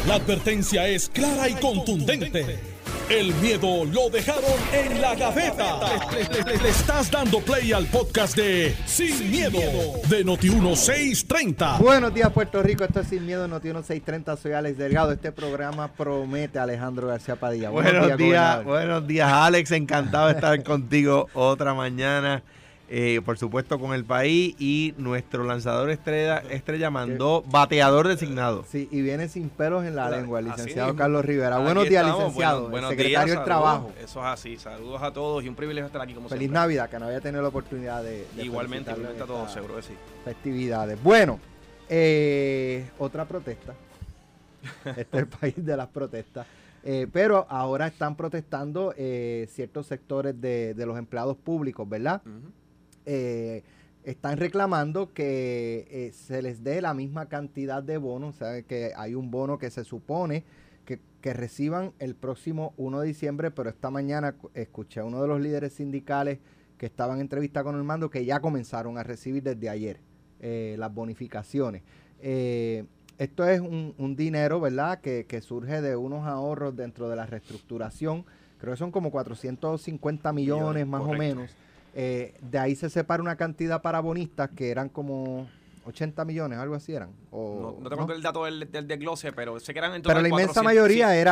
La advertencia es clara y contundente. El miedo lo dejaron en la gaveta. Le estás dando play al podcast de Sin Miedo de Noti1630. Buenos días, Puerto Rico. Esto es Sin Miedo, Noti1630. Soy Alex Delgado. Este programa promete, Alejandro García Padilla. Buenos días, Alex. Encantado de estar contigo otra mañana. Por supuesto con el país, y nuestro lanzador estrella mandó bateador designado. Sí, y viene sin pelos en la lengua, el licenciado Carlos Rivera. Buenos días, licenciado, buenos secretario del Trabajo. Eso es así, saludos a todos y un privilegio estar aquí como Feliz siempre. Navidad, que no había tenido la oportunidad de Igualmente a todos, seguro que sí. Festividades. Bueno, otra protesta. Este es el país de las protestas. Pero ahora están protestando ciertos sectores de los empleados públicos, ¿verdad? Uh-huh. Están reclamando que se les dé la misma cantidad de bonos, o sea, que hay un bono que se supone que reciban el próximo 1 de diciembre, pero esta mañana escuché a uno de los líderes sindicales que estaban en entrevista con Normando que ya comenzaron a recibir desde ayer las bonificaciones. Esto es un dinero, ¿verdad?, que surge de unos ahorros dentro de la reestructuración. Creo que son como 450 millones más correcto. O menos. De ahí se separa una cantidad para bonistas que eran como 80 millones, algo así eran. No tengo el dato del desglose, pero sé que eran en total. Pero la 400, inmensa mayoría sí.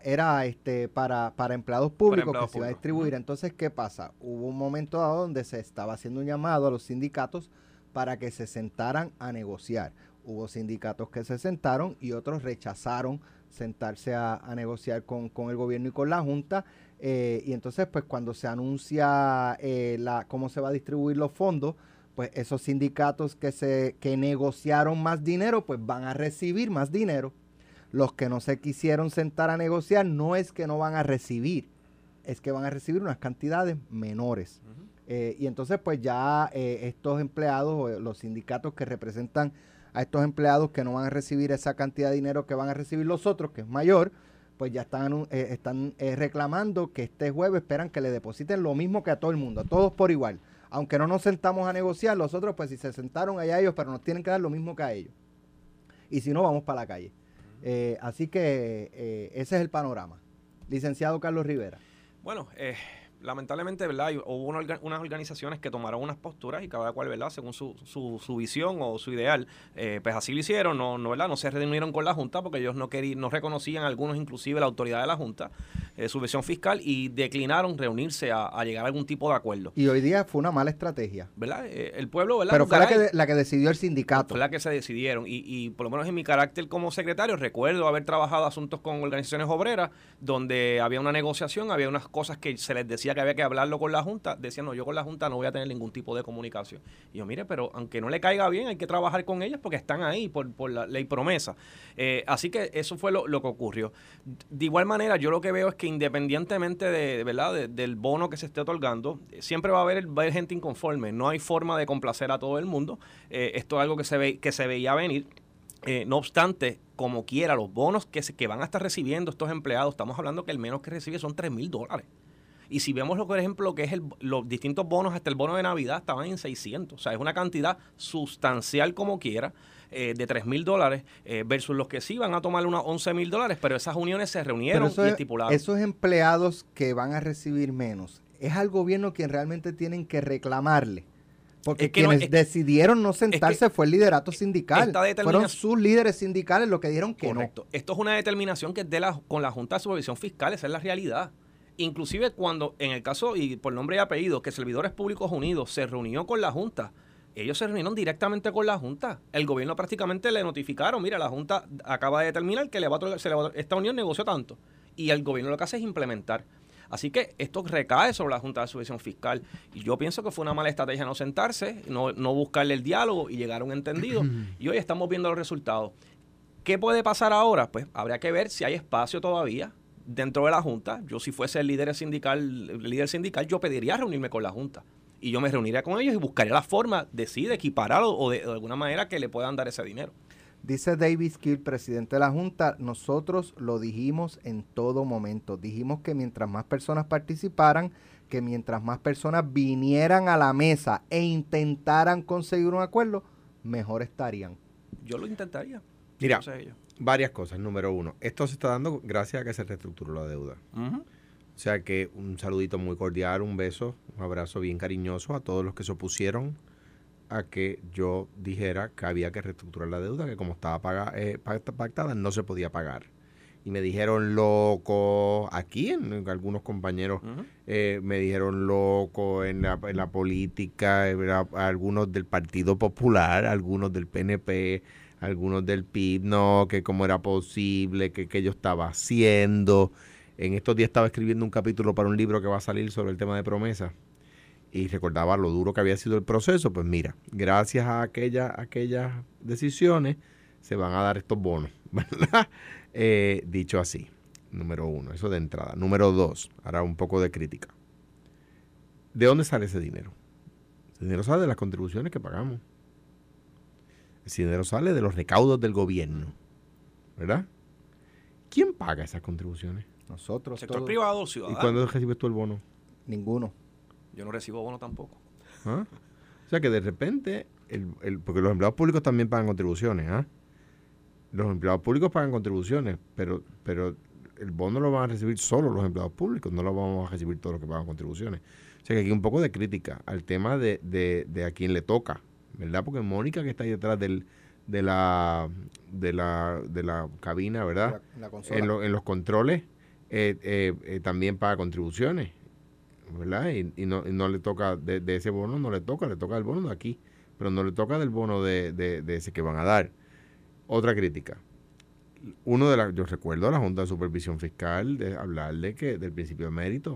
era para empleados públicos que se iba a distribuir. Entonces, ¿qué pasa? Hubo un momento dado donde se estaba haciendo un llamado a los sindicatos para que se sentaran a negociar. Hubo sindicatos que se sentaron y otros rechazaron sentarse a negociar con el gobierno y con la Junta. Y entonces, pues cuando se anuncia cómo se va a distribuir los fondos, pues esos sindicatos que negociaron más dinero, pues van a recibir más dinero. Los que no se quisieron sentar a negociar no es que no van a recibir, es que van a recibir unas cantidades menores. Uh-huh. Y entonces, pues ya estos empleados o los sindicatos que representan a estos empleados que no van a recibir esa cantidad de dinero que van a recibir los otros, que es mayor, pues ya están reclamando que este jueves esperan que le depositen lo mismo que a todo el mundo, a todos por igual. Aunque no nos sentamos a negociar, los otros pues si se sentaron allá ellos, pero nos tienen que dar lo mismo que a ellos. Y si no, vamos para la calle. Así que ese es el panorama. Licenciado Carlos Rivera. Bueno, lamentablemente, ¿verdad? Hubo unas organizaciones que tomaron unas posturas y cada cual, ¿verdad?, según su visión o su ideal, pues así lo hicieron, ¿verdad? No se reunieron con la Junta porque ellos no reconocían, algunos inclusive, la autoridad de la Junta, su visión fiscal, y declinaron reunirse a llegar a algún tipo de acuerdo. Y hoy día fue una mala estrategia. ¿Verdad? El pueblo, ¿verdad? Pero fue la que decidió el sindicato. Fue la que se decidieron y por lo menos en mi carácter como secretario recuerdo haber trabajado asuntos con organizaciones obreras donde había una negociación, había unas cosas que se les decía que había que hablarlo con la Junta, decían, no, yo con la Junta no voy a tener ningún tipo de comunicación. Y yo, mire, pero aunque no le caiga bien, hay que trabajar con ellas porque están ahí por la ley promesa. Así que eso fue lo que ocurrió. De igual manera, yo lo que veo es que independientemente del bono que se esté otorgando, siempre va a haber gente inconforme. No hay forma de complacer a todo el mundo. Esto es algo que se veía venir. No obstante, como quiera, los bonos que van a estar recibiendo estos empleados, estamos hablando que el menos que recibe son $3,000. Y si vemos, por ejemplo, lo que es los distintos bonos, hasta el bono de Navidad estaban en 600. O sea, es una cantidad sustancial como quiera, de $3,000 versus los que sí van a tomar unos $11,000, pero esas uniones se reunieron y estipularon. Esos empleados que van a recibir menos, es al gobierno quien realmente tienen que reclamarle. Porque quienes decidieron no sentarse fue el liderato sindical. Fueron sus líderes sindicales los que dijeron que correcto. Esto es una determinación que es con la Junta de Supervisión Fiscal, esa es la realidad. Inclusive cuando, en el caso, y por nombre y apellido, que Servidores Públicos Unidos se reunió con la Junta, ellos se reunieron directamente con la Junta. El gobierno prácticamente le notificaron, mira, la Junta acaba de determinar que esta unión negoció tanto. Y el gobierno lo que hace es implementar. Así que esto recae sobre la Junta de Supervisión Fiscal. Y yo pienso que fue una mala estrategia no sentarse, no buscarle el diálogo y llegar a un entendido. Y hoy estamos viendo los resultados. ¿Qué puede pasar ahora? Pues habría que ver si hay espacio todavía dentro de la Junta. Yo, si fuese el líder sindical, yo pediría reunirme con la Junta. Y yo me reuniría con ellos y buscaría la forma de equiparar o de alguna manera que le puedan dar ese dinero. Dice David Skill, presidente de la Junta, nosotros lo dijimos en todo momento. Dijimos que mientras más personas participaran, que mientras más personas vinieran a la mesa e intentaran conseguir un acuerdo, mejor estarían. Yo lo intentaría. Mira, Varias cosas. Número uno, esto se está dando gracias a que se reestructuró la deuda. O sea que un saludito muy cordial, un beso, un abrazo bien cariñoso a todos los que se opusieron a que yo dijera que había que reestructurar la deuda, que como estaba pactada no se podía pagar. Y me dijeron loco, aquí en algunos compañeros me dijeron loco en la política, algunos del Partido Popular, algunos del PNP, algunos del PIB, no, que cómo era posible, que yo estaba haciendo. En estos días estaba escribiendo un capítulo para un libro que va a salir sobre el tema de promesas y recordaba lo duro que había sido el proceso. Pues mira, gracias a aquellas decisiones se van a dar estos bonos, ¿verdad? Dicho así, número uno, eso de entrada. Número dos, ahora un poco de crítica. ¿De dónde sale ese dinero? El dinero sale de las contribuciones que pagamos. Ese dinero sale de los recaudos del gobierno, ¿verdad? ¿Quién paga esas contribuciones? Nosotros. Sector privado, ciudadano. ¿Y cuándo recibes tú el bono? Ninguno. Yo no recibo bono tampoco. ¿Ah? O sea que de repente, porque los empleados públicos también pagan contribuciones, ¿ah? Los empleados públicos pagan contribuciones, pero el bono lo van a recibir solo los empleados públicos, no lo vamos a recibir todos los que pagan contribuciones. O sea que aquí un poco de crítica al tema de a quién le toca, ¿verdad? Porque Mónica, que está ahí detrás de la cabina, ¿verdad? La consola. En los controles, también paga contribuciones, ¿verdad? Y no le toca, de ese bono no le toca el bono de aquí, pero no le toca del bono de ese que van a dar. Otra crítica. Yo recuerdo a la Junta de Supervisión Fiscal de hablar del principio de mérito.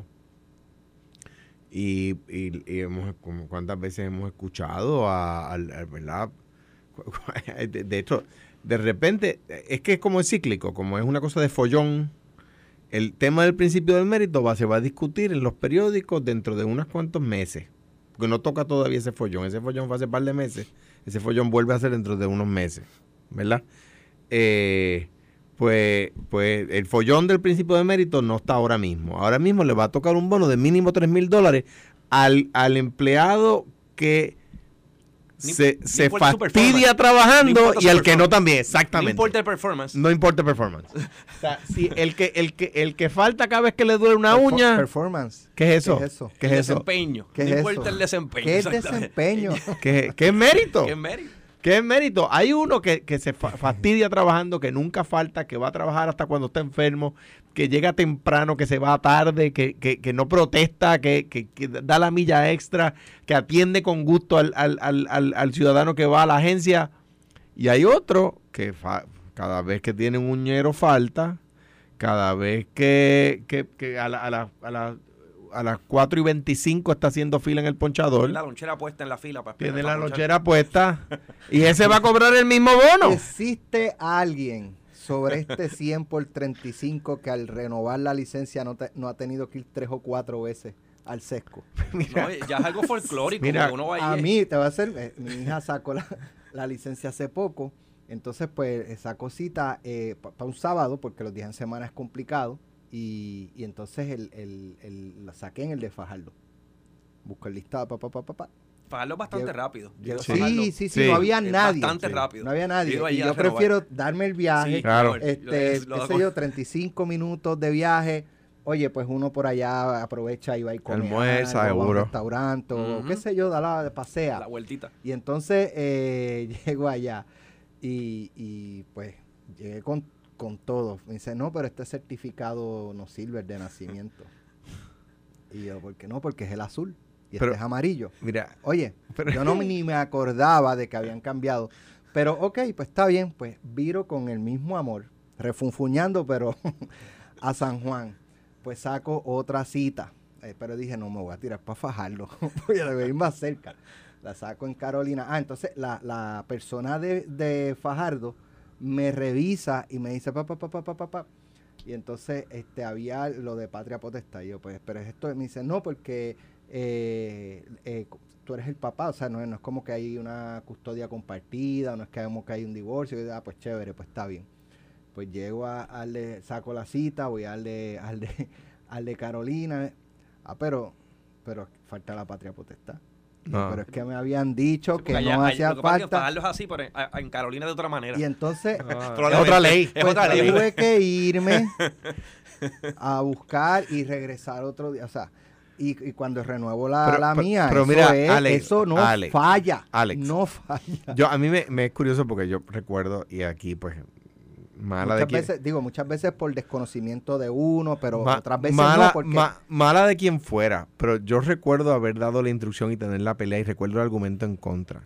Y cuántas veces hemos escuchado ¿verdad? De hecho, de repente, es que es como es cíclico, como es una cosa de follón. El tema del principio del mérito se va a discutir en los periódicos dentro de unos cuantos meses. Porque no toca todavía ese follón. Ese follón fue hace un par de meses. Ese follón vuelve a ser dentro de unos meses, ¿verdad? Pues el follón del principio de mérito no está ahora mismo. Ahora mismo le va a tocar un bono de mínimo $3,000 al empleado que se fastidia trabajando y al que no también, exactamente. No importa el performance. No importa el performance. O sea, si el que falta cada vez que le duele una uña. Performance. ¿Qué es eso? ¿Qué es eso? Desempeño. ¿Qué es no importa eso? el desempeño. ¿Qué es desempeño? ¿Qué es mérito? ¿Qué es mérito? ¿Qué es mérito? Hay uno que se fastidia trabajando, que nunca falta, que va a trabajar hasta cuando está enfermo, que llega temprano, que se va tarde, que no protesta, que da la milla extra, que atiende con gusto al ciudadano que va a la agencia. Y hay otro que cada vez que tiene un uñero falta, cada vez que a las 4:25 está haciendo fila en el ponchador. Tiene la lonchera puesta en la fila para esperar. Tiene la lonchera puesta y ese va a cobrar el mismo bono. ¿Existe alguien sobre este 100 por 35 que al renovar la licencia no ha tenido que ir 3 o 4 veces al sesco? No, ya es algo folclórico. Mira, uno va a mí te va a hacer, mi hija sacó la licencia hace poco, entonces pues sacó cita para un sábado porque los días en semana es complicado. Y entonces la saqué en el de Fajardo. Busco el listado, Fajardo es bastante rápido. Sí, no había nadie. Bastante rápido. No había nadie. Y yo prefiero darme el viaje. Sí, claro. Qué sé yo, 35 minutos de viaje. Oye, pues uno por allá aprovecha y va a ir con almuerza, seguro. A un restaurante, o qué sé yo, pasea. La vueltita. Y entonces llego allá y pues llegué con todo. Me dice, no, pero este certificado no sirve, el de nacimiento. Y yo, ¿por qué no? Porque es el azul y este es amarillo. Mira, oye, yo ni me acordaba de que habían cambiado. Pero ok, pues está bien, pues viro con el mismo amor, refunfuñando, pero a San Juan. Pues saco otra cita. Pero dije, no me voy a tirar para Fajardo, voy a ir más cerca. La saco en Carolina. Entonces la persona de Fajardo me revisa y me dice papá. Y entonces había lo de patria potestad. Y yo, pues, pero esto me dice, no, porque tú eres el papá, o sea, no es como que hay una custodia compartida, no es que hay un divorcio. Y, pues chévere, pues está bien. Pues llego saco la cita, voy al de Carolina. Pero falta la patria potestad. No. Pero es que me habían dicho que allá, no hacía falta. Pagarlos así, pero en Carolina de otra manera. Y entonces, es otra ley. Pues tuve que irme a buscar y regresar otro día. O sea, y cuando renuevo la mía, pero eso, mira, eso no falla. Alex, no falla. A mí me es curioso porque yo recuerdo, y aquí pues muchas veces por desconocimiento de uno, pero otras veces no, porque... mala de quien fuera, pero yo recuerdo haber dado la instrucción y tener la pelea y recuerdo el argumento en contra.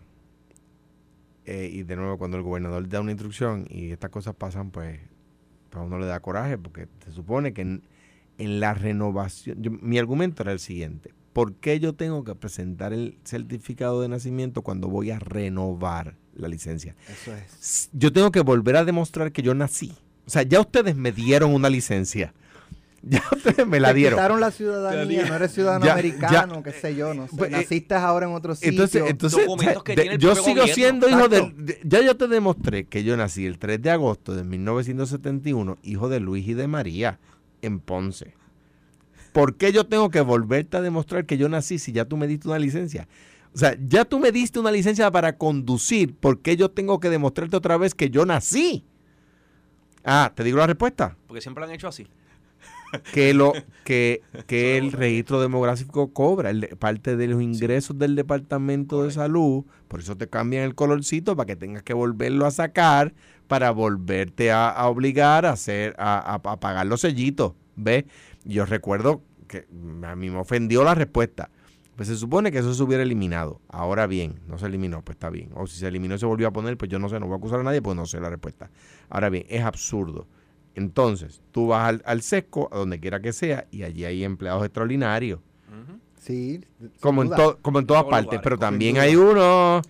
Y de nuevo, cuando el gobernador da una instrucción y estas cosas pasan, pues a uno le da coraje porque se supone que en la renovación... mi argumento era el siguiente. ¿Por qué yo tengo que presentar el certificado de nacimiento cuando voy a renovar la licencia? Eso es. Yo tengo que volver a demostrar que yo nací. O sea, ya ustedes me dieron una licencia. Ya ustedes me la dieron. Te quitaron la ciudadanía, no eres ciudadano americano, qué sé yo, no sé. Naciste ahora en otro sitio. Entonces yo sigo siendo hijo ya yo te demostré que yo nací el 3 de agosto de 1971, hijo de Luis y de María, en Ponce. ¿Por qué yo tengo que volverte a demostrar que yo nací si ya tú me diste una licencia? O sea, ya tú me diste una licencia para conducir. ¿Por qué yo tengo que demostrarte otra vez que yo nací? ¿Te digo la respuesta? Porque siempre lo han hecho así. Que el registro demográfico cobra parte de los ingresos del Departamento de Salud. Por eso te cambian el colorcito para que tengas que volverlo a sacar para volverte a obligar a pagar los sellitos. ¿Ves? Yo recuerdo que a mí me ofendió la respuesta. Pues se supone que eso se hubiera eliminado. Ahora bien, no se eliminó, pues está bien. O si se eliminó y se volvió a poner, pues yo no sé, no voy a acusar a nadie, pues no sé la respuesta. Ahora bien, es absurdo. Entonces, tú vas al SESCO, a donde quiera que sea, y allí hay empleados extraordinarios. Sí. Como en todas partes, pero también hay uno...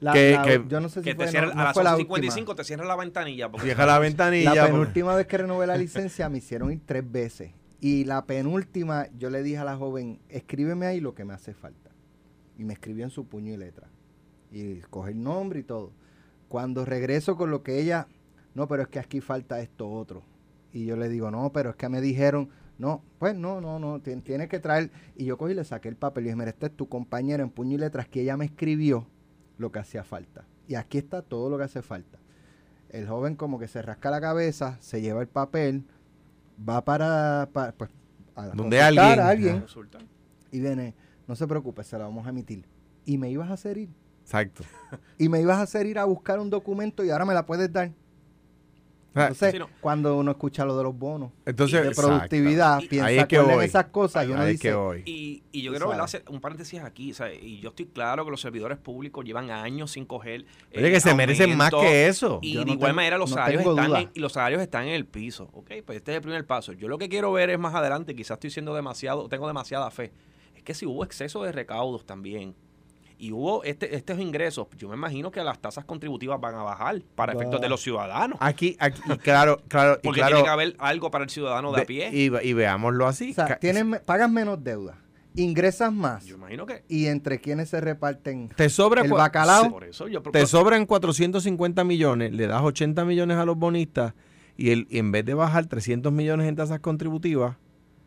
yo no sé si que te cierra, a las 11:55 te cierra la ventanilla. Cierra la ventanilla. La penúltima vez que renové la licencia me hicieron ir 3 veces. Y la penúltima, yo le dije a la joven, escríbeme ahí lo que me hace falta. Y me escribió en su puño y letra. Y coge el nombre y todo. Cuando regreso con lo que ella, no, pero es que aquí falta esto otro. Y yo le digo, no, pero es que me dijeron, no, pues no, tienes que traer. Y yo cogí y le saqué el papel y dije, mira, esta es tu compañera en puño y letras que ella me escribió lo que hacía falta. Y aquí está todo lo que hace falta. El joven como que se rasca la cabeza, se lleva el papel, va para pues, a donde alguien. A alguien y viene, no se preocupe, se la vamos a emitir. Y me ibas a hacer ir. Exacto. Y me ibas a hacer ir a buscar un documento y ahora me la puedes dar. Entonces, cuando uno escucha lo de los bonos de productividad, piensa que en esas cosas y uno dice... Y yo quiero hacer un paréntesis aquí, ¿sabes? Y yo estoy claro que los servidores públicos llevan años sin coger... Oye, que se merecen más que eso. Y de igual manera los salarios están en el piso. Ok, pues este es el primer paso. Yo lo que quiero ver es más adelante, quizás tengo demasiada fe, es que si hubo exceso de recaudos también, y hubo estos ingresos, yo me imagino que las tasas contributivas van a bajar para efectos de los ciudadanos. Aquí claro. Porque tiene que haber algo para el ciudadano de a pie. Y veámoslo así. O sea, pagas menos deuda, ingresas más. Yo imagino que... ¿Y entre quiénes se reparten el bacalao? Por eso te sobran 450 millones, le das 80 millones a los bonistas y en vez de bajar 300 millones en tasas contributivas,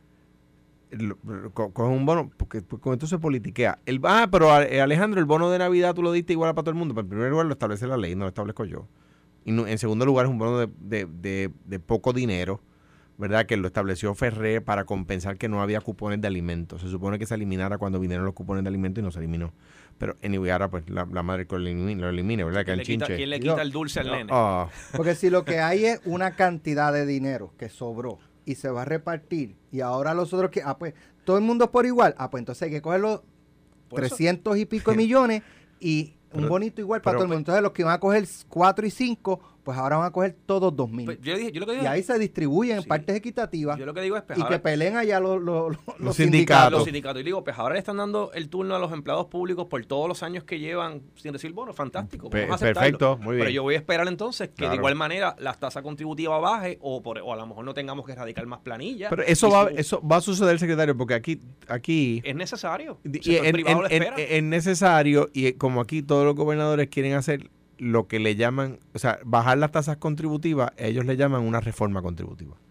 coge un bono, porque con esto se politiquea. Pero Alejandro, el bono de Navidad tú lo diste igual para todo el mundo. Pero en primer lugar lo establece la ley, no lo establezco yo. Y en segundo lugar es un bono de poco dinero, ¿verdad? Que lo estableció Ferrer para compensar que no había cupones de alimentos. Se supone que se eliminara cuando vinieron los cupones de alimentos y no se eliminó. Pero anyway, ahora pues la madre que lo elimine, ¿verdad? Que ¿Quién le quita el dulce al nene? Porque si lo que hay es una cantidad de dinero que sobró y se va a repartir, y ahora los otros que, pues, todo el mundo es por igual, pues entonces hay que coger los 300 y pico de millones y un bonito igual para todo el mundo. Entonces los que van a coger 4 y 5, pues ahora van a coger todos 2,000. Pues yo lo que digo, y ahí se distribuyen en partes equitativas. Yo lo que digo es, pues, y ahora, que peleen allá los sindicatos. Los sindicatos. Y digo, pues ahora le están dando el turno a los empleados públicos por todos los años que llevan sin recibir bonos. Fantástico. Perfecto, muy bien. Pero yo voy a esperar entonces que de igual manera la tasa contributiva baje o a lo mejor no tengamos que erradicar más planillas. Pero eso va a suceder, secretario, porque aquí es necesario. Es necesario, y como aquí todos los gobernadores quieren hacer lo que le llaman, o sea, bajar las tasas contributivas, ellos le llaman una reforma contributiva.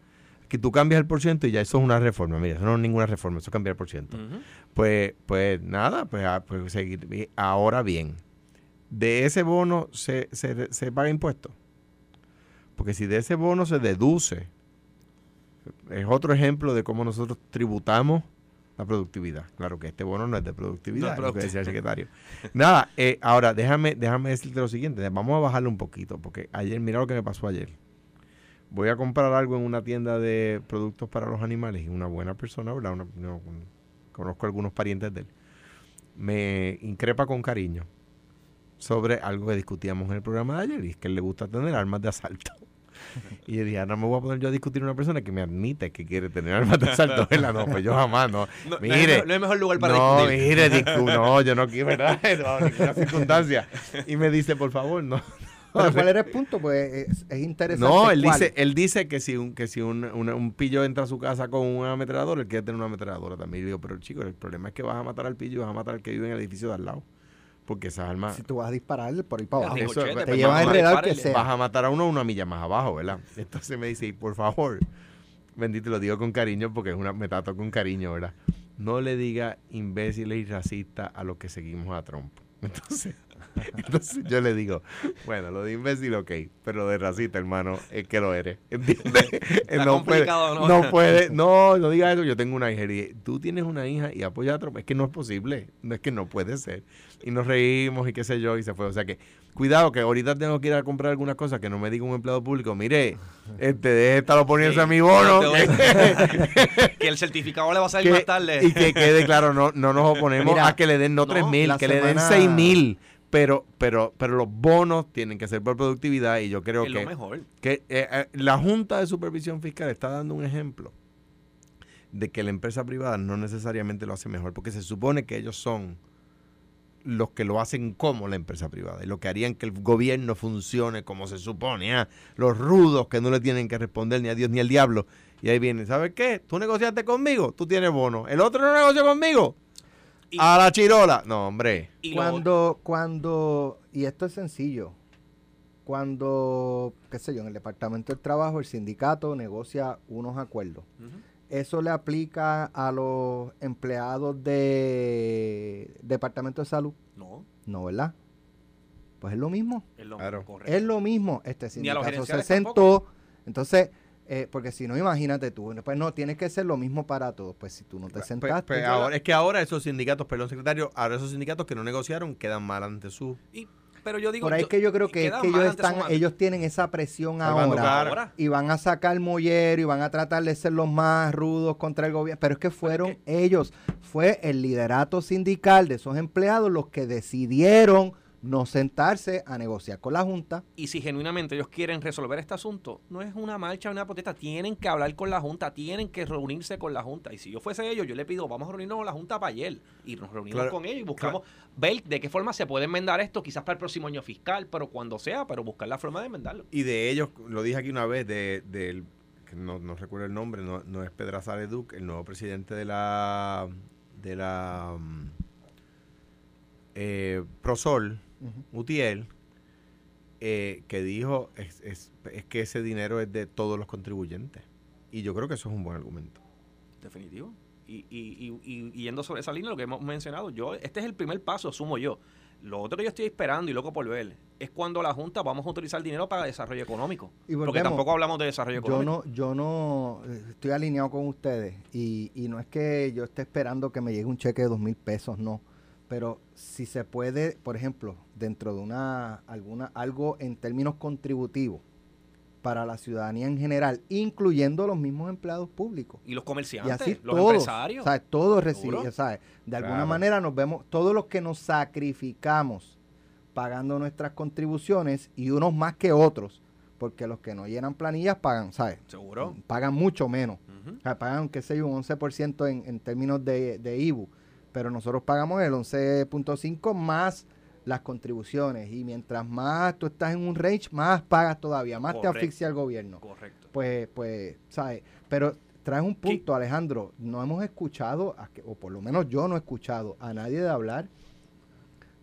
que tú cambias el porciento y ya eso es una reforma. Mira, eso no es ninguna reforma, eso es cambiar el porciento. Pues nada, pues seguir. Ahora bien, de ese bono se paga impuesto. Porque si de ese bono se deduce, es otro ejemplo de cómo nosotros tributamos la productividad. Claro que este bono no es de productividad, lo que decía el secretario. Nada, ahora déjame decirte lo siguiente, vamos a bajarle un poquito, porque ayer, mira lo que me pasó ayer. Voy a comprar algo en una tienda de productos para los animales y una buena persona, ¿verdad? Conozco a algunos parientes de él. Me increpa con cariño sobre algo que discutíamos en el programa de ayer, y es que él le gusta tener armas de asalto. Y yo dije, no me voy a poner yo a discutir una persona que me admite que quiere tener armas de asalto, ¿verdad? No, pues yo jamás, no. Mire, no es mejor lugar para discutir. Mire, no, yo no quiero, ¿verdad? No, ninguna circunstancia. Y me dice, por favor, no. ¿Pero cuál era el punto? Pues es interesante. No, él dice que si un pillo entra a su casa con un ametrallador, él quiere tener una ametralladora también. Y yo digo, pero chico, el problema es que vas a matar al pillo y vas a matar al que vive en el edificio de al lado. Porque esas armas... Si tú vas a disparar por ahí para abajo, eso, te llevas a enredar que sea. Vas a matar a uno una milla más abajo, ¿verdad? Entonces me dice, y por favor, bendito, lo digo con cariño porque me trato con cariño, ¿verdad? No le diga imbéciles y racistas a los que seguimos a Trump. Entonces yo le digo, bueno, lo de imbécil, ok, pero lo de racista, hermano, es que lo eres, ¿entiendes? No diga eso. Yo tengo una hija y tú tienes una hija y apoya a Trump. Es que no es posible, es que no puede ser. Y nos reímos y qué sé yo, y se fue. O sea que, cuidado, que ahorita tengo que ir a comprar algunas cosas que no me diga un empleado público, mire, deje de estarlo poniendo a mi bono. Que el certificado le va a salir más tarde. Y que quede claro, no nos oponemos a que le den 3,000, que le den 6,000. Pero los bonos tienen que ser por productividad, y yo creo es que, lo mejor. Que la Junta de Supervisión Fiscal está dando un ejemplo de que la empresa privada no necesariamente lo hace mejor, porque se supone que ellos son los que lo hacen como la empresa privada y lo que harían que el gobierno funcione como se supone, los rudos que no le tienen que responder ni a Dios ni al diablo. Y ahí vienen, ¿sabes qué? Tú negociaste conmigo, tú tienes bono. El otro no negoció conmigo. A la chirola. No, hombre. Cuando, y esto es sencillo, cuando, qué sé yo, en el Departamento del Trabajo, el sindicato negocia unos acuerdos. ¿Eso le aplica a los empleados de Departamento de Salud? No. No, ¿verdad? Pues es lo mismo. Claro. Es lo mismo. Este sindicato se sentó. Tampoco. Entonces, porque si no, imagínate tú, pues no, tiene que ser lo mismo para todos. Pues si tú no te sentaste. Ahora esos sindicatos, perdón, secretario, ahora esos sindicatos que no negociaron quedan mal ante su... Pero yo digo, por ahí es que yo creo que ellos tienen esa presión ahora y van a sacar mollero y van a tratar de ser los más rudos contra el gobierno. Pero es que fueron ellos, fue el liderato sindical de esos empleados los que decidieron no sentarse a negociar con la Junta. Y si genuinamente ellos quieren resolver este asunto, no es una marcha, una protesta, tienen que hablar con la Junta, tienen que reunirse con la Junta. Y si yo fuese ellos, yo le pido, vamos a reunirnos con la Junta para ayer. Y nos reunimos con ellos y buscamos ver de qué forma se puede enmendar esto, quizás para el próximo año fiscal, pero cuando sea, pero buscar la forma de enmendarlo. Y de ellos, lo dije aquí una vez, que no recuerdo el nombre, no es Pedrazal Educ, el nuevo presidente de la Prosol, Utiel, que dijo es que ese dinero es de todos los contribuyentes. Y yo creo que eso es un buen argumento. Definitivo. Y yendo sobre esa línea, lo que hemos mencionado, este es el primer paso, asumo yo. Lo otro que yo estoy esperando y loco por ver es cuando la Junta vamos a utilizar dinero para desarrollo económico. Porque tampoco hablamos de desarrollo económico. Yo no estoy alineado con ustedes y no es que yo esté esperando que me llegue un cheque de 2,000 pesos, no. Pero si se puede, por ejemplo, dentro de algo en términos contributivos para la ciudadanía en general, incluyendo los mismos empleados públicos. Y los comerciantes, y así los todos, empresarios. ¿sabes? Todos reciben, ¿sabes? De alguna manera nos vemos, todos los que nos sacrificamos pagando nuestras contribuciones y unos más que otros, porque los que no llenan planillas pagan, ¿sabes? Seguro. Pagan mucho menos. O sea, pagan, qué sé yo, un 11% en términos de IBU. Pero nosotros pagamos el 11.5 más las contribuciones. Y mientras más tú estás en un range, más pagas todavía, más te asfixia el gobierno. Correcto. Pues, ¿sabes? Pero traes un punto, Alejandro. No hemos escuchado, o por lo menos yo no he escuchado a nadie de hablar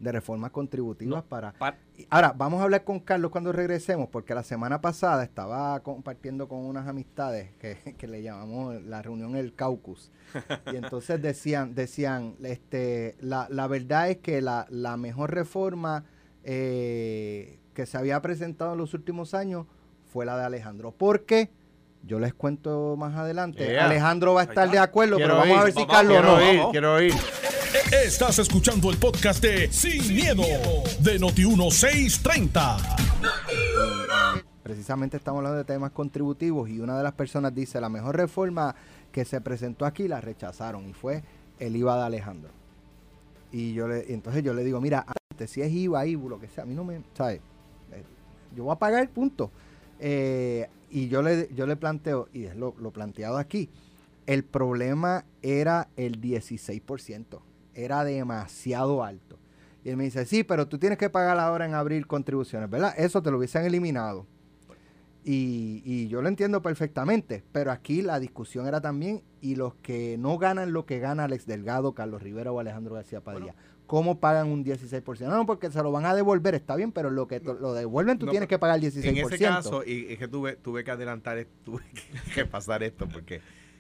de reformas contributivas Ahora, vamos a hablar con Carlos cuando regresemos, porque la semana pasada estaba compartiendo con unas amistades que le llamamos la reunión El Caucus. Y entonces decían la verdad es que la mejor reforma que se había presentado en los últimos años fue la de Alejandro. ¿Por qué? Yo les cuento más adelante. Alejandro va a estar de acuerdo, pero vamos a ver si Carlos no. Quiero oír. Estás escuchando el podcast de Sin Miedo de Noti1630. Precisamente estamos hablando de temas contributivos y una de las personas dice, la mejor reforma que se presentó aquí la rechazaron y fue el IVA de Alejandro. Y entonces yo le digo, mira, antes, si es IVA, lo que sea, a mí no me, ¿sabes? Yo voy a pagar, punto. Y yo le planteo, y es lo planteado aquí, el problema era el 16%, era demasiado alto. Y él me dice, sí, pero tú tienes que pagar ahora en abril contribuciones, ¿verdad? Eso te lo hubiesen eliminado. Y yo lo entiendo perfectamente, pero aquí la discusión era también, y los que no ganan lo que gana Alex Delgado, Carlos Rivera o Alejandro García Padilla, ¿cómo pagan un 16%? No, porque se lo van a devolver, está bien, pero lo que lo devuelven tú tienes que pagar el 16%. En ese caso, y es que tuve que adelantar, tuve que pasar esto, porque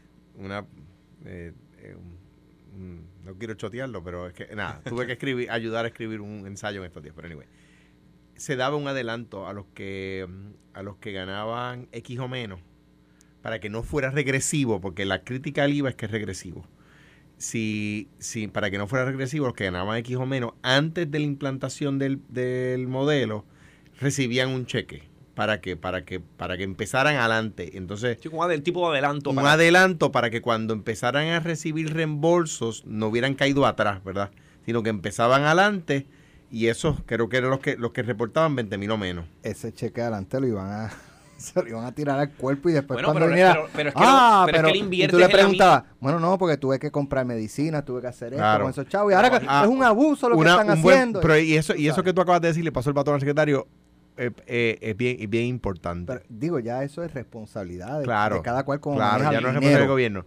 no quiero chotearlo, pero es que, tuve que ayudar a escribir un ensayo en estos días, pero anyway. Se daba un adelanto a los que ganaban X o menos, para que no fuera regresivo, porque la crítica al IVA es que es regresivo. Para que no fuera regresivo, los que ganaban X o menos, antes de la implantación del modelo, recibían un cheque para que empezaran adelante. Entonces, sí, como del tipo de adelanto. Adelanto para que cuando empezaran a recibir reembolsos no hubieran caído atrás, ¿verdad? Sino que empezaban adelante, y esos creo que eran los que reportaban 20,000 o menos. Ese cheque adelante se lo iban a tirar al cuerpo, y después cuando viniera... Pero es que él invierte. Y tú le preguntabas, bueno, no, porque tuve que comprar medicina, tuve que hacer esto con esos chavos, y ahora es un abuso lo que están haciendo. Pero y eso que tú acabas de decir, le pasó el batón al secretario, es bien importante. Pero, digo, ya eso es responsabilidad de cada cual como maneja ya no es responsabilidad del gobierno.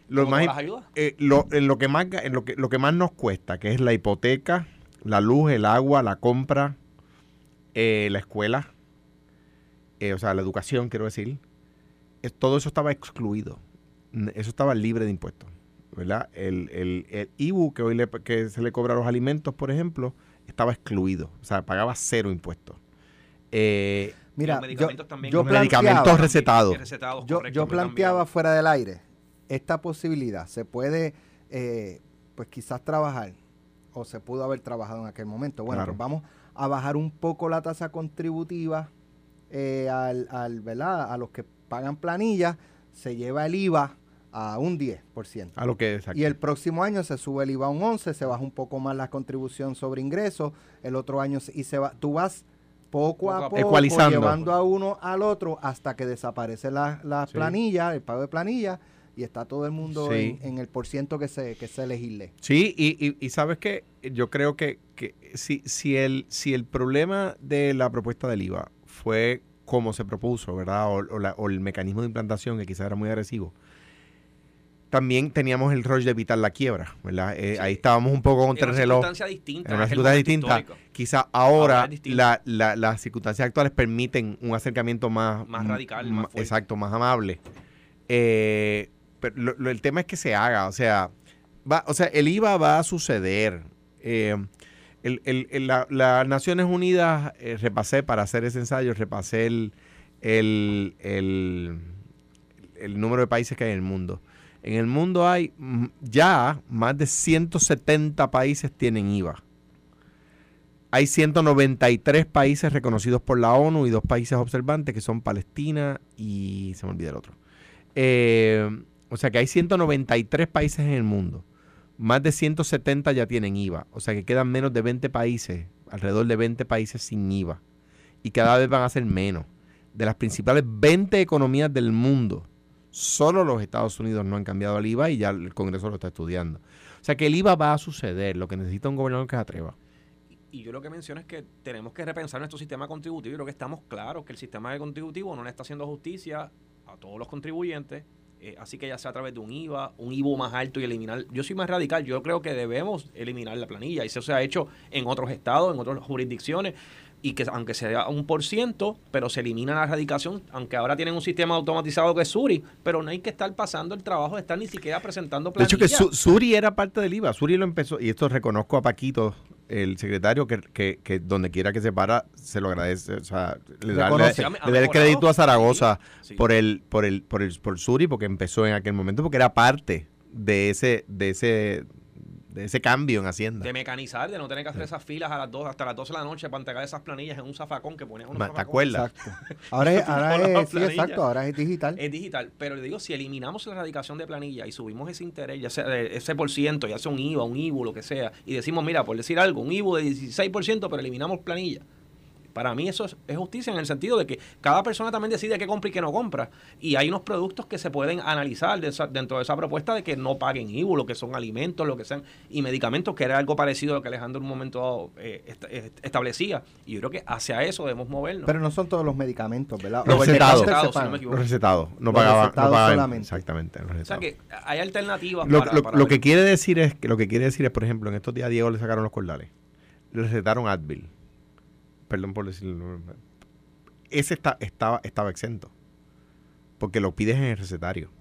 Lo que más nos cuesta, que es la hipoteca, la luz, el agua, la compra, la escuela, o sea, la educación, quiero decir, todo eso estaba excluido. Eso estaba libre de impuestos, ¿verdad? El IBU que se le cobra a los alimentos, por ejemplo, estaba excluido. O sea, pagaba 0 impuestos. Mira, los medicamentos también. Los medicamentos recetados. Yo planteaba fuera del aire esta posibilidad. Se puede, pues quizás trabajar, o se pudo haber trabajado en aquel momento. Bueno, pues vamos a bajar un poco la tasa contributiva ¿verdad? A los que pagan planilla, se lleva el IVA a un 10%. A lo que exacto. Y el próximo año se sube el IVA a un 11%, se baja un poco más la contribución sobre ingresos, el otro año tú vas poco a poco ecualizando, llevando a uno al otro hasta que desaparece la planilla, el pago de planilla, y está todo el mundo en el % que se legisle. Sí, y sabes que yo creo que si el problema de la propuesta del IVA fue como se propuso, ¿verdad? O el mecanismo de implantación, que quizás era muy agresivo, también teníamos el rollo de evitar la quiebra, ¿verdad? Ahí estábamos un poco contra el reloj. En una circunstancia distinta. Quizás ahora las circunstancias actuales permiten un acercamiento más radical, más fuerte. Exacto, más amable. Pero el tema es que se haga, o sea, el IVA va a suceder. Las Naciones Unidas, repasé para hacer ese ensayo, repasé el número de países que hay en el mundo. En el mundo hay ya más de 170 países tienen IVA. Hay 193 países reconocidos por la ONU y 2 países observantes, que son Palestina y se me olvida el otro. O sea que hay 193 países en el mundo. Más de 170 ya tienen IVA. O sea que quedan menos de 20 países, alrededor de 20 países sin IVA. Y cada vez van a ser menos. De las principales 20 economías del mundo, solo los Estados Unidos no han cambiado el IVA y ya el Congreso lo está estudiando. O sea que el IVA va a suceder. Lo que necesita un gobernador que se atreva. Y yo lo que menciono es que tenemos que repensar nuestro sistema contributivo. Yo creo que estamos claros que el sistema contributivo no le está haciendo justicia a todos los contribuyentes Así que ya sea a través de un IVO más alto y eliminar. Yo soy más radical, yo creo que debemos eliminar la planilla. Y eso se ha hecho en otros estados, en otras jurisdicciones, y que aunque sea 1%, pero se elimina la erradicación, aunque ahora tienen un sistema automatizado que es Suri, pero no hay que estar pasando el trabajo de estar ni siquiera presentando planilla. De hecho, que Suri era parte del IVA. Suri lo empezó, y esto reconozco a Paquito, el secretario, que donde quiera que se para, se lo agradece. O sea, le da el crédito a Zaragoza por Suri, porque empezó en aquel momento, porque era parte de ese cambio en Hacienda. De mecanizar, de no tener que hacer esas filas hasta las 12 de la noche para entregar esas planillas en un zafacón que ponías unos ¿Te acuerdas? Exacto. Ahora es digital. Es digital, pero le digo, si eliminamos la erradicación de planilla y subimos ese interés, ya sea ese por ciento, ya sea un IVA, un IBU, lo que sea, y decimos, mira, por decir algo, un IBU de 16%, pero eliminamos planilla. Para mí eso es justicia en el sentido de que cada persona también decide qué compra y qué no compra. Y hay unos productos que se pueden analizar dentro de esa propuesta de que no paguen IVU, lo que son alimentos, lo que sean, y medicamentos, que era algo parecido a lo que Alejandro en un momento establecía. Y yo creo que hacia eso debemos movernos. Pero no son todos los medicamentos, ¿verdad? Los recetados, si no me equivoco. Los recetados. No pagaban solamente. Exactamente. O sea que hay alternativas para lo que quiere decir es, por ejemplo, en estos días a Diego le sacaron los cordales. Le recetaron Advil. Perdón por decirlo. Ese estaba exento. Porque lo pides en el recetario.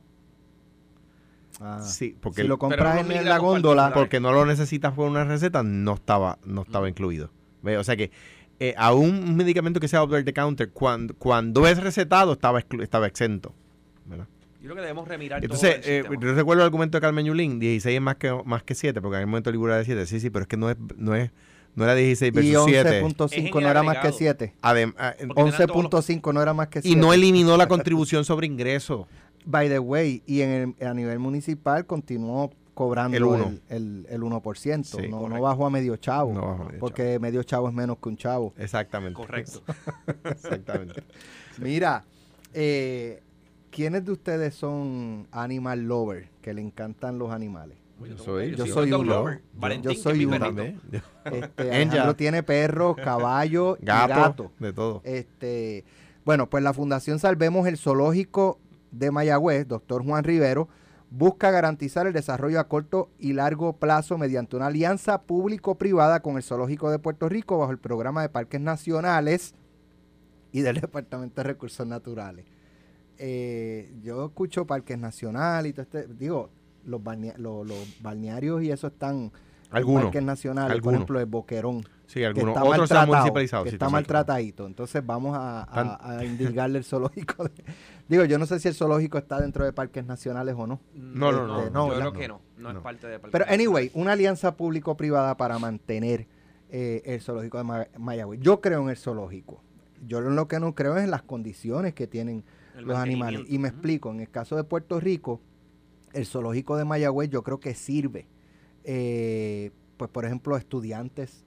Sí, porque si lo compras en la góndola. Porque no lo necesitas por una receta, no estaba incluido. ¿Ve? O sea que a un medicamento que sea over the counter, cuando es recetado, estaba exento. ¿Verdad? Yo creo que debemos remirar. Entonces, todo yo recuerdo el argumento de Carmen Yulín, 16 es más que 7, porque en el momento libre era de 7. Sí, pero es que no era 16 versus 7. Y 11.5 no era más que 7. 11.5 no era más que 7. Y no eliminó la contribución sobre ingreso. By the way, y a nivel municipal continuó cobrando el 1%. Sí, no bajó a medio chavo. Porque medio chavo es menos que un chavo. Exactamente. Correcto. Exactamente. Mira, ¿quiénes de ustedes son animal lover? Que le encantan los animales. Yo soy uno. Yo soy uno también. Alejandro tiene perros, caballos y gato. De todo. Bueno, pues la Fundación Salvemos el Zoológico de Mayagüez, doctor Juan Rivero, busca garantizar el desarrollo a corto y largo plazo mediante una alianza público-privada con el Zoológico de Puerto Rico bajo el programa de Parques Nacionales y del Departamento de Recursos Naturales. Yo escucho Parques Nacionales y todo los balnearios y eso están en parques nacionales, por ejemplo el Boquerón, sí, algunos otros están municipalizados, que está maltratadito. Entonces vamos a indicarle el zoológico. Yo no sé si el zoológico está dentro de parques nacionales o no. No, yo creo que no es parte de parques. Pero anyway, una alianza público-privada para mantener el zoológico de Mayagüez. Yo creo en el zoológico. Yo lo que no creo es en las condiciones que tienen los animales. Y me explico, en el caso de Puerto Rico, el zoológico de Mayagüez yo creo que sirve, pues por ejemplo, estudiantes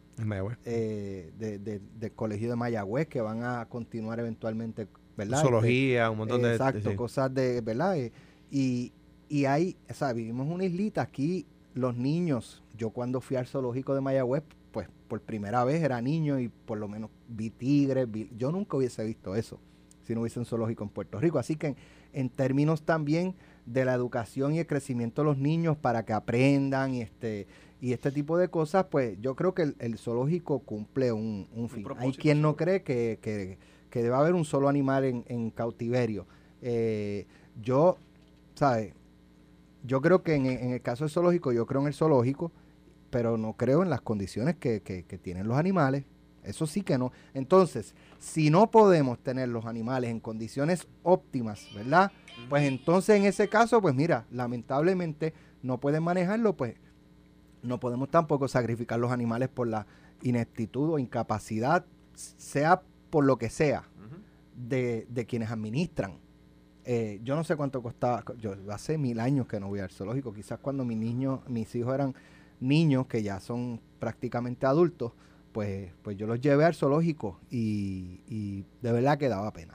del colegio de Mayagüez que van a continuar eventualmente, ¿verdad? Zoología, un montón de... Exacto, cosas de, ¿verdad? Y hay, o sea, vivimos en una islita aquí, los niños, yo cuando fui al zoológico de Mayagüez, pues por primera vez era niño y por lo menos vi tigres, yo nunca hubiese visto eso si no hubiese un zoológico en Puerto Rico. Así que en términos también de la educación y el crecimiento de los niños para que aprendan y este tipo de cosas, pues yo creo que el zoológico cumple un fin. Hay quien no cree que debe haber un solo animal en cautiverio. Yo creo que en el caso del zoológico, yo creo en el zoológico, pero no creo en las condiciones que tienen los animales. Eso sí que no. Entonces, si no podemos tener los animales en condiciones óptimas, ¿verdad? Pues entonces en ese caso, pues mira, lamentablemente no pueden manejarlo, pues no podemos tampoco sacrificar los animales por la ineptitud o incapacidad, sea por lo que sea, de quienes administran. Yo no sé cuánto costaba, yo hace 1000 años que no voy al zoológico, quizás cuando mis hijos eran niños que ya son prácticamente adultos, pues yo los llevé al zoológico y de verdad que daba pena.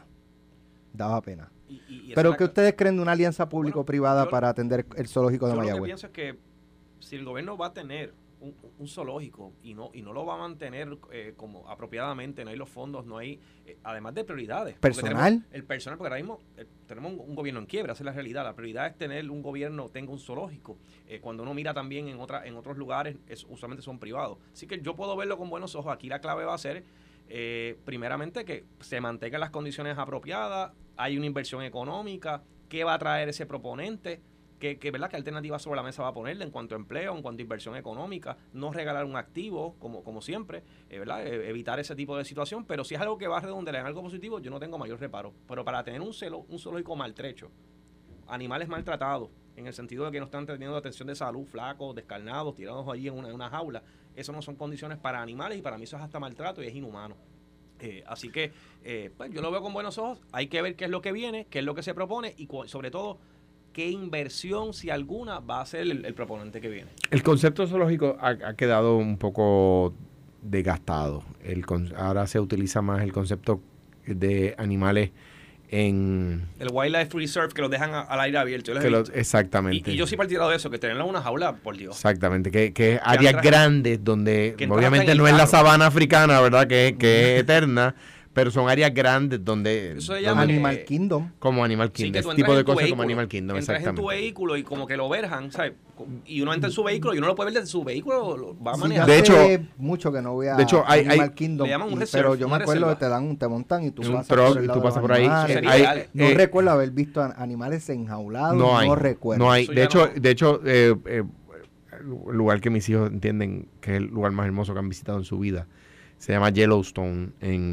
Pero ¿qué ustedes creen de una alianza público-privada para atender el zoológico de Mayagüez? Yo lo que pienso es que si el gobierno va a tener un zoológico y no lo va a mantener como apropiadamente, no hay los fondos, no hay, además de prioridades. ¿Personal? El personal, porque ahora mismo tenemos un gobierno en quiebra, esa es la realidad. La prioridad es tener un gobierno, tenga un zoológico. Cuando uno mira también en otros lugares, usualmente son privados. Así que yo puedo verlo con buenos ojos. Aquí la clave va a ser, primeramente, que se mantengan las condiciones apropiadas, hay una inversión económica, qué va a traer ese proponente, ¿verdad? ¿Qué alternativa sobre la mesa va a ponerle en cuanto a empleo, en cuanto a inversión económica? No regalar un activo, como siempre, ¿verdad? Evitar ese tipo de situación, pero si es algo que va a redundar en algo positivo, yo no tengo mayor reparo. Pero para tener un zoológico maltrecho, animales maltratados, en el sentido de que no están teniendo atención de salud, flacos, descarnados, tirados allí en una jaula, eso no son condiciones para animales y para mí eso es hasta maltrato y es inhumano. Así que pues yo lo veo con buenos ojos. Hay que ver qué es lo que viene, qué es lo que se propone y sobre todo qué inversión, si alguna, va a ser el proponente que viene. El concepto zoológico ha quedado un poco desgastado. Ahora se utiliza más el concepto de animales en... El Wildlife Reserve, que los dejan al aire abierto. Exactamente. Y yo soy partidario de eso, que tenerlo en una jaula, por Dios. Exactamente, que áreas grandes donde obviamente no es la sabana africana, ¿verdad? Que es eterna, pero son áreas grandes donde... Eso se llama Animal Kingdom. Como Animal Kingdom, ese tipo de cosas como Animal Kingdom, exactamente. Entras en tu vehículo y como que lo verjan, ¿sabes? Y uno entra en su vehículo y uno lo puede ver desde su vehículo, lo va a manejar. De hecho, mucho que no voy a Animal Kingdom, pero yo me acuerdo que te montan y tú pasas por ahí. No recuerdo haber visto animales enjaulados, no recuerdo. No hay. De hecho, el lugar que mis hijos entienden que es el lugar más hermoso que han visitado en su vida se llama Yellowstone,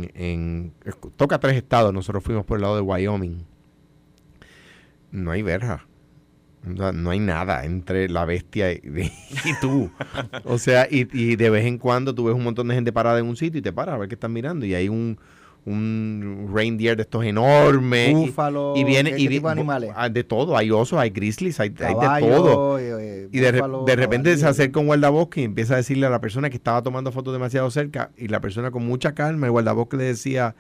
toca 3 estados, nosotros fuimos por el lado de Wyoming. No hay verja. O sea, no hay nada entre la bestia y tú. O sea, y de vez en cuando tú ves un montón de gente parada en un sitio y te paras a ver qué están mirando. Y hay un reindeer de estos enormes. Búfalo, ¿qué tipo de animales? De todo, hay osos, hay grizzlies, hay de todo. Y de repente se acerca un guardabosque y empieza a decirle a la persona que estaba tomando fotos demasiado cerca, y la persona con mucha calma, el guardabosque le decía,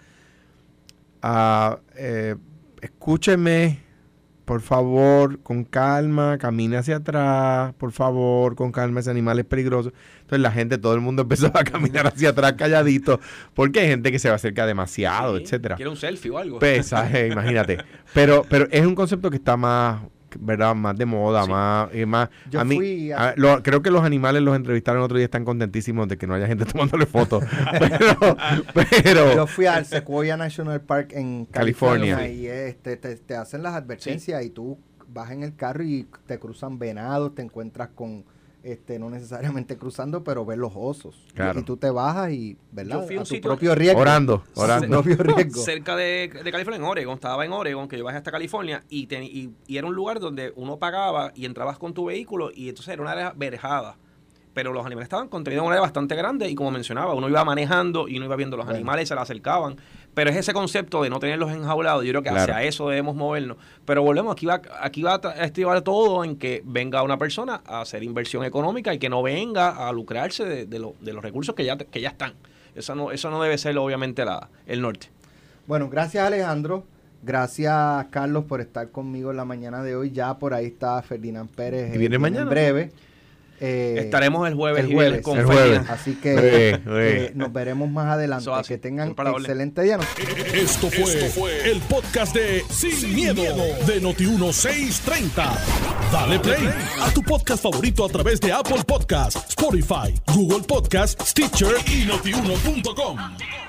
escúcheme, por favor, con calma, camine hacia atrás, por favor, con calma, ese animal es peligroso. Entonces la gente, todo el mundo empezó a caminar hacia atrás calladito, porque hay gente que se va acerca demasiado, etcétera. Quiere un selfie o algo. Pesaje, imagínate. Pero es un concepto que está más, ¿verdad? Más de moda, más. Creo que los animales los entrevistaron el otro día, están contentísimos de que no haya gente tomándole fotos. pero yo fui al Sequoia National Park en California y te hacen las advertencias y tú vas en el carro y te cruzan venados, te encuentras con no necesariamente cruzando, pero ves los osos. Claro. Y tú te bajas y, ¿verdad? Yo fui a un sitio propio riesgo. Orando. Propio riesgo. Cerca de California, en Oregon. Estaba en Oregon, que yo bajé hasta California, y era un lugar donde uno pagaba y entrabas con tu vehículo, y entonces era una área verjada. Pero los animales estaban contenidos en una área bastante grande, y como mencionaba, uno iba manejando y uno iba viendo los animales, se le acercaban. Pero es ese concepto de no tenerlos enjaulados. Yo creo que hacia eso debemos movernos. Pero volvemos, aquí va a estribar todo en que venga una persona a hacer inversión económica y que no venga a lucrarse de los recursos que ya están. Eso no debe ser, obviamente, el norte. Bueno, gracias, Alejandro. Gracias, Carlos, por estar conmigo en la mañana de hoy. Ya por ahí está Ferdinand Pérez. ¿Y viene mañana? En breve. Estaremos el jueves. Con Ferdinand. Así que nos veremos más adelante. Que tengan excelente día. Esto fue el podcast de Sin Miedo de Noti1 630. Dale play a tu podcast favorito a través de Apple Podcasts, Spotify, Google Podcasts, Stitcher y Notiuno.com.